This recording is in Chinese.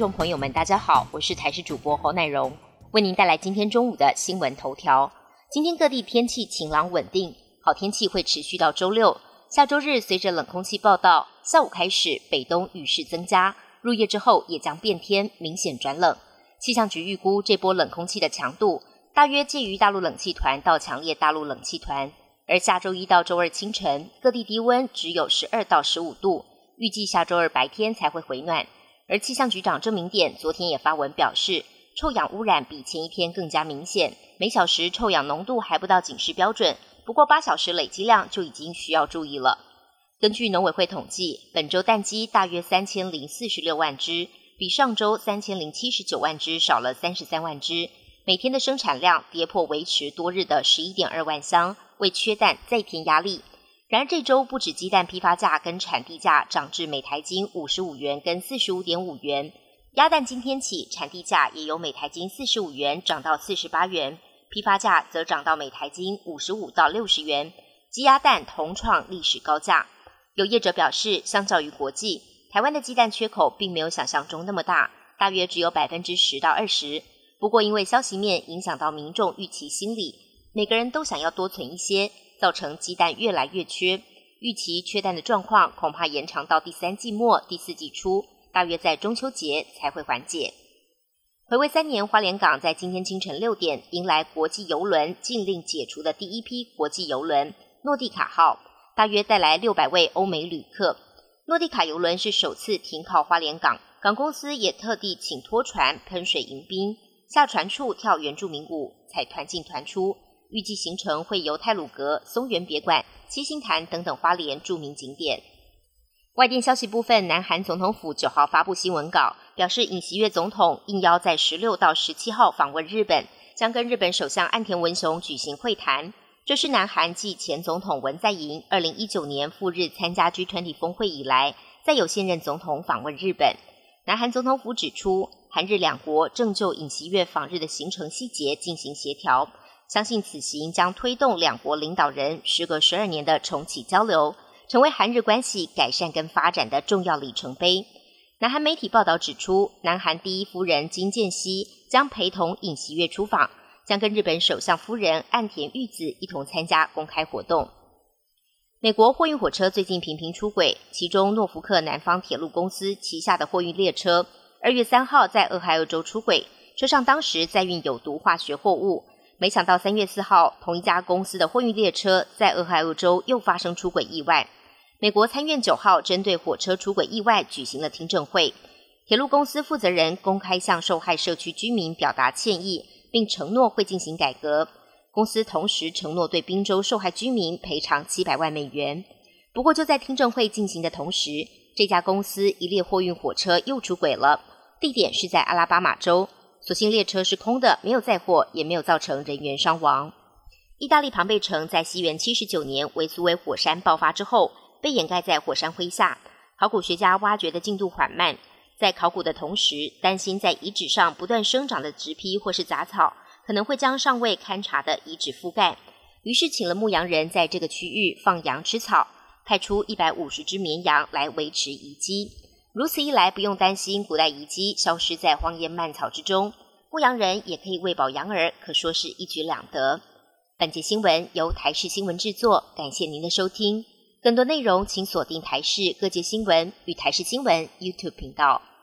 众朋友们，大家好，我是台视主播侯乃荣，为您带来今天中午的新闻头条。今天各地天气晴朗稳定，好天气会持续到周六。下周日随着冷空气报道，下午开始北东雨势增加，入夜之后也将变天，明显转冷。气象局预估这波冷空气的强度大约介于大陆冷气团到强烈大陆冷气团，而下周一到周二清晨各地低温只有12到15度，预计下周二白天才会回暖。而气象局长郑明典昨天也发文表示，臭氧污染比前一天更加明显，每小时臭氧浓度还不到警示标准，不过8小时累积量就已经需要注意了。根据农委会统计，本周蛋鸡大约3046万只，比上周3079万只少了33万只，每天的生产量跌破维持多日的11.2万箱，为缺蛋再添压力。然而这周不止鸡蛋批发价跟产地价涨至每台斤55元跟45.5元，鸭蛋今天起产地价也由每台斤45元涨到48元，批发价则涨到每台斤55到60元，鸡鸭蛋同创历史高价。有业者表示，相较于国际，台湾的鸡蛋缺口并没有想象中那么大，大约只有10%到20%。不过因为消息面影响到民众预期心理，每个人都想要多存一些，造成鸡蛋越来越缺，预期缺蛋的状况恐怕延长到第3季末、第4季初，大约在中秋节才会缓解。睽违3年，花莲港在今天清晨6点迎来国际邮轮禁令解除的第一批国际邮轮诺蒂卡号，大约带来600位欧美旅客。诺蒂卡邮轮是首次停靠花莲港，港公司也特地请拖船喷水迎宾，下船处跳原住民舞，才团进团出。预计行程会由太鲁阁、松原别馆、七星潭等等花莲著名景点。外电消息部分，南韩总统府9号发布新闻稿，表示尹锡悦总统应邀在16到17号访问日本，将跟日本首相岸田文雄举行会谈。这是南韩继前总统文在寅2019年赴日参加 G20 峰会以来，再有现任总统访问日本。南韩总统府指出，韩日两国正就尹锡悦访日的行程细节进行协调，相信此行将推动两国领导人时隔12年的重启交流，成为韩日关系改善跟发展的重要里程碑。南韩媒体报道指出，南韩第一夫人金建熙将陪同尹锡悦出访，将跟日本首相夫人岸田裕子一同参加公开活动。美国货运火车最近频频出轨，其中诺福克南方铁路公司旗下的货运列车2月3号在俄亥俄州出轨，车上当时载运有毒化学货物，没想到3月4号同一家公司的货运列车在俄亥俄州又发生出轨意外。美国参院9号针对火车出轨意外举行了听证会，铁路公司负责人公开向受害社区居民表达歉意，并承诺会进行改革。公司同时承诺对宾州受害居民赔偿700万美元。不过就在听证会进行的同时，这家公司一列货运火车又出轨了，地点是在阿拉巴马州，所幸列车是空的，没有载货，也没有造成人员伤亡。意大利庞贝城在西元79年维苏威火山爆发之后，被掩盖在火山灰下，考古学家挖掘的进度缓慢，在考古的同时，担心在遗址上不断生长的植坯或是杂草可能会将尚未勘察的遗址覆盖，于是请了牧羊人在这个区域放羊吃草，派出150只绵羊来维持遗迹。如此一来，不用担心古代遗迹消失在荒烟蔓草之中，牧羊人也可以喂饱羊儿，可说是一举两得。本节新闻由台视新闻制作，感谢您的收听。更多内容请锁定台视各界新闻与台视新闻 YouTube 频道。